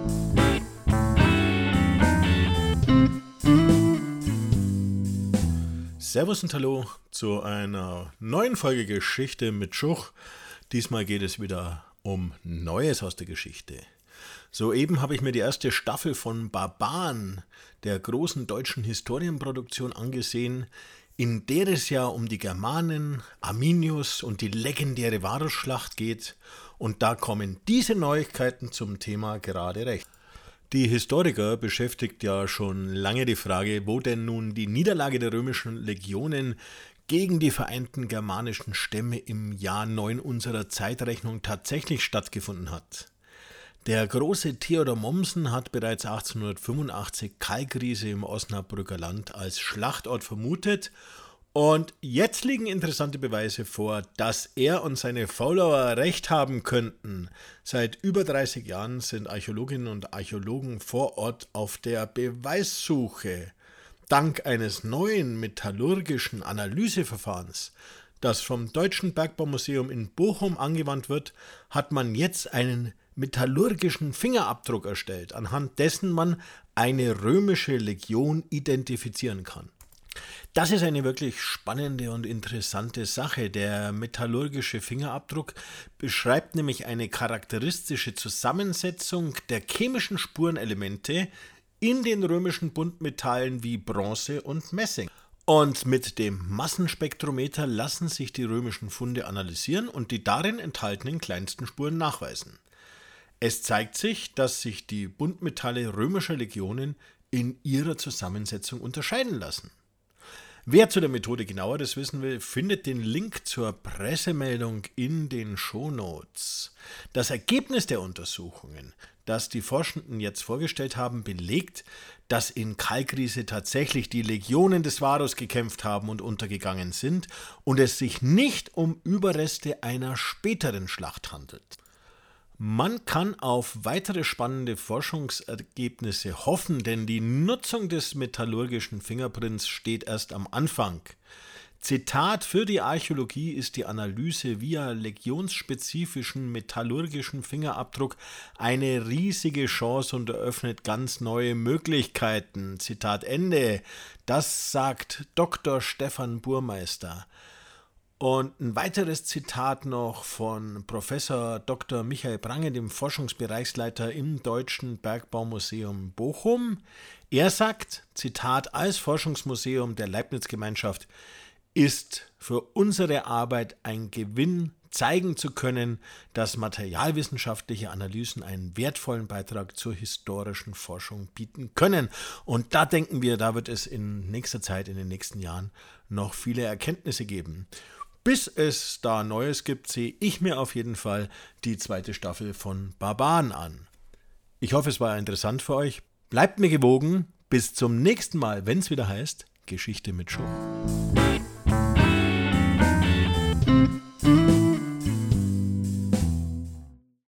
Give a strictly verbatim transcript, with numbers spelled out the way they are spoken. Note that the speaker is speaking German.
Servus und Hallo zu einer neuen Folge Geschichte mit Schuch. Diesmal geht es wieder um Neues aus der Geschichte. Soeben habe ich mir die erste Staffel von Barbaren, der großen deutschen Historienproduktion, angesehen, in der es ja um die Germanen, Arminius und die legendäre Varusschlacht geht. Und da kommen diese Neuigkeiten zum Thema gerade recht. Die Historiker beschäftigt ja schon lange die Frage, wo denn nun die Niederlage der römischen Legionen gegen die vereinten germanischen Stämme im Jahr neun unserer Zeitrechnung tatsächlich stattgefunden hat. Der große Theodor Mommsen hat bereits achtzehnhundertfünfundachtzig Kalkriese im Osnabrücker Land als Schlachtort vermutet. Und jetzt liegen interessante Beweise vor, dass er und seine Follower recht haben könnten. Seit über dreißig Jahren sind Archäologinnen und Archäologen vor Ort auf der Beweissuche. Dank eines neuen metallurgischen Analyseverfahrens, das vom Deutschen Bergbaumuseum in Bochum angewandt wird, hat man jetzt einen metallurgischen Fingerabdruck erstellt, anhand dessen man eine römische Legion identifizieren kann. Das ist eine wirklich spannende und interessante Sache. Der metallurgische Fingerabdruck beschreibt nämlich eine charakteristische Zusammensetzung der chemischen Spurenelemente in den römischen Buntmetallen wie Bronze und Messing. Und mit dem Massenspektrometer lassen sich die römischen Funde analysieren und die darin enthaltenen kleinsten Spuren nachweisen. Es zeigt sich, dass sich die Buntmetalle römischer Legionen in ihrer Zusammensetzung unterscheiden lassen. Wer zu der Methode genaueres wissen will, findet den Link zur Pressemeldung in den Shownotes. Das Ergebnis der Untersuchungen, das die Forschenden jetzt vorgestellt haben, belegt, dass in Kalkriese tatsächlich die Legionen des Varus gekämpft haben und untergegangen sind und es sich nicht um Überreste einer späteren Schlacht handelt. Man kann auf weitere spannende Forschungsergebnisse hoffen, denn die Nutzung des metallurgischen Fingerprints steht erst am Anfang. Zitat: Für die Archäologie ist die Analyse via legionsspezifischen metallurgischen Fingerabdruck eine riesige Chance und eröffnet ganz neue Möglichkeiten. Zitat Ende. Das sagt Doktor Stefan Burmeister. Und ein weiteres Zitat noch von Professor Doktor Michael Prange, dem Forschungsbereichsleiter im Deutschen Bergbaumuseum Bochum. Er sagt, Zitat: Als Forschungsmuseum der Leibniz-Gemeinschaft ist für unsere Arbeit ein Gewinn, zeigen zu können, dass materialwissenschaftliche Analysen einen wertvollen Beitrag zur historischen Forschung bieten können. Und da denken wir, da wird es in nächster Zeit, in den nächsten Jahren noch viele Erkenntnisse geben. Bis es da Neues gibt, sehe ich mir auf jeden Fall die zweite Staffel von Barbaren an. Ich hoffe, es war interessant für euch. Bleibt mir gewogen. Bis zum nächsten Mal, wenn es wieder heißt Geschichte mit Schuch.